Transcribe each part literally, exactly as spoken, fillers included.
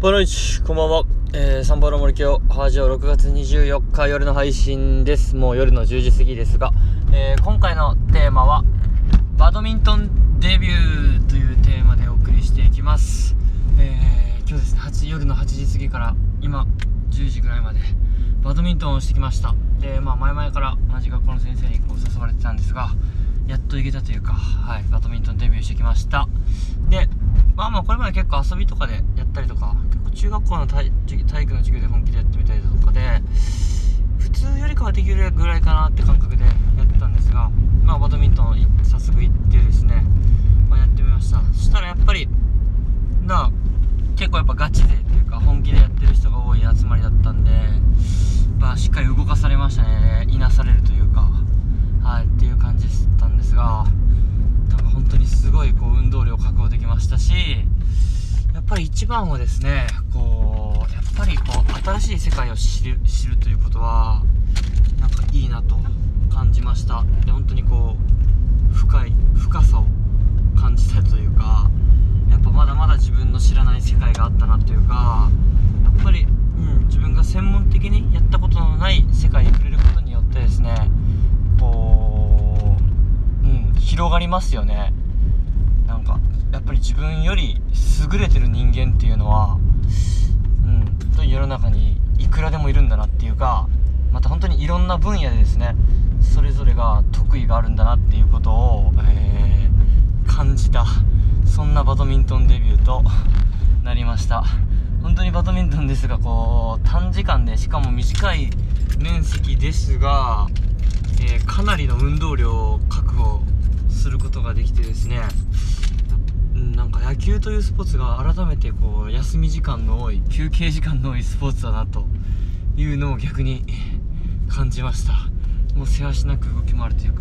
ボノイチ、こんばんは。えー、サンパウロ森京ハージオろくがつにじゅうよっか夜の配信です。もう夜のじゅうじ過ぎですが、えー、今回のテーマはバドミントンデビューというテーマでお送りしていきます。えー、今日ですねはち夜のはちじ過ぎから今じゅうじぐらいまでバドミントンをしてきました。で、まあ前々から同じ学校の先生にこう誘われてたんですが、やっと行けたというか、はい、バドミントンデビューしてきました。で、まあまあこれまで結構遊びとかでやったりとか、結構中学校の体、体育の授業で本気でやってみたりとかで、普通よりかはできるぐらいかなって感覚でやってたんですが、まあバドミントン早速行ってですね、まあ、やってみました。そしたらやっぱりな結構やっぱガチ勢っていうか本気でやってる人が多い集まりだったんで、まあしっかり動かされましたね。いなされるというか、はいっていう感じだったんですが、なんか本当にすごいこう運動量確保できましたし、やっぱり一番はですね、こうやっぱりこう新しい世界を知る知るということはなんかいいなと感じました。で、本当にこう深い深さを感じたというか、やっぱまだまだ自分の知らない世界があったなというか、やっぱり、うん、自分が専門的にやったことのない世界に触れることによってですね、こう、うん、広がりますよね。なんかやっぱり自分より優れてる人間っていうのは、うん、世の中にいくらでもいるんだなっていうか、また本当にいろんな分野でですね、それぞれが得意があるんだなっていうことを、えー、感じた、そんなバドミントンデビューとなりました。本当にバドミントンですが、こう短時間でしかも短い面積ですが、えー、かなりの運動量を確保することができてですね、なんか野球というスポーツが改めてこう休み時間の多い、休憩時間の多いスポーツだなというのを逆に感じました。もうせわしなく動き回るというか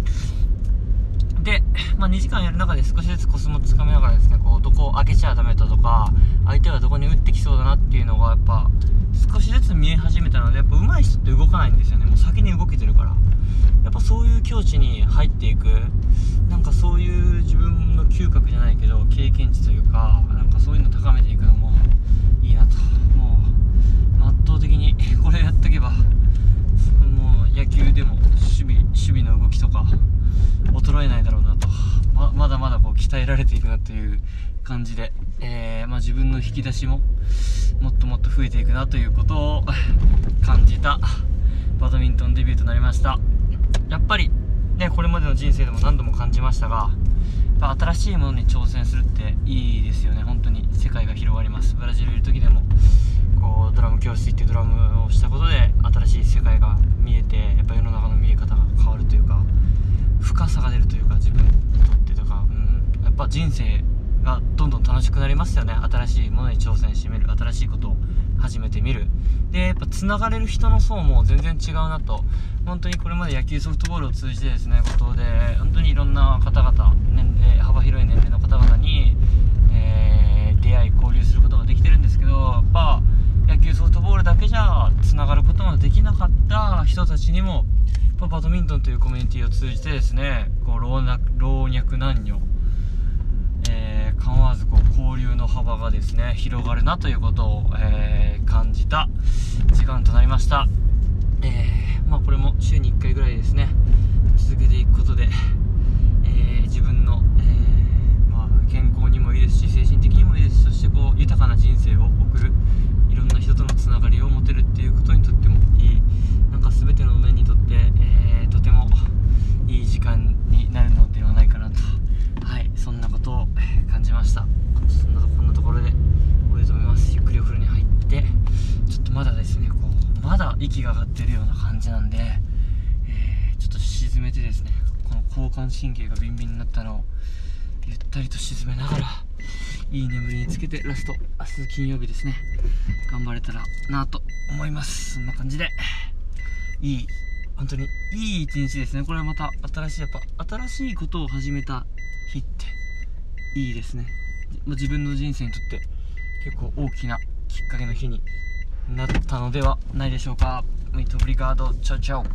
で、まあ、にじかんやる中で少しずつコツもつかめながらですね、こうどこを開けちゃダメだとか、相手はどこに打ってきそうだなっていうのがやっぱ少しずつ見え始めたので、やっぱ上手い人って動かないんですよね。もう先に動けてるから、やっぱそういう境地に入っていく、なんかそういう自分の嗅覚じゃないけど経験値というか、なんかそういうのを高めていくのもいいなと。もう圧倒的にこれやっとけば、もう野球でも守備守備の動きとか衰えないだろうなと、 ま, まだまだこう鍛えられていくなという感じで、えーまあ、自分の引き出しももっともっと増えていくなということを感じたバドミントンデビューとなりました。やっぱりね、これまでの人生でも何度も感じましたが、やっぱ新しいものに挑戦するっていいですよね。本当に世界が広がります。ブラジルいる時でもこうドラム教室行ってドラムをしたことで新しい世界が見えて、やっぱ世の中の見え方が変わるというか、深さが出るというか、自分にとってとか、うん、やっぱ人生がどんどん楽しくなりますよね。新しいものに挑戦してみる、新しいことを始めてみる。で、やっぱつながれる人の層も全然違うなと。本当にこれまで野球ソフトボールを通じてですね、ことで本当にいろんな方々、年齢幅広い年齢の方々に、えー、出会い交流することができてるんですけど、やっぱ野球ソフトボールだけじゃつながることのできなかった人たちにも、バドミントンというコミュニティを通じてですね、こう老若、老若男女、えー、構わずこう交流の幅がですね広がるなということを、えー、感じた時間となりました。えー、まあこれも週にいっかいぐらいですね続けていくことで、えー、自分の、えーまあ、健康にもいいですし、精神的にもいいですし、そしてこう豊かな人生を送る、いろんな人とのつながりを持てるっていうことにとってもいい、なんか全ての面にとって、えー、とてもいい時間になるのではないかなと、はい、そんなことを感じました。そんなこんなところでお湯止めます。ゆっくりお風呂に入って、ちょっとまだですね、こうまだ息が上がってるような感じなんで、えー、ちょっと沈めてですね、この交感神経がビンビンになったのをゆったりと沈めながら、いい眠りにつけてラスト明日金曜日ですね、頑張れたらなと思います。そんな感じでいい、本当にいい一日ですね。これはまた新しい、やっぱ新しいことを始めた日っていいですね。自分の人生にとって結構大きなきっかけの日になったのではないでしょうか。Muito obrigado。チャオチャオ。は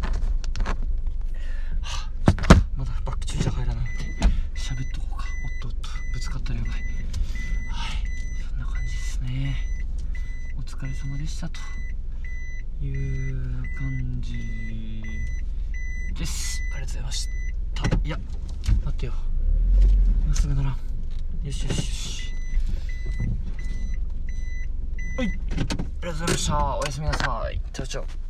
あ、ちょっとまだバック駐車入らないので喋っとこうか。おっとおっとぶつかったらやばい。はい、そんな感じですね。 疲れ様でしたという感じです。ありがとうございました。いや待ってよ、まっすぐならん。よしよしよし、はい、ありがとうございました。おやすみなさい。チャオチャオ。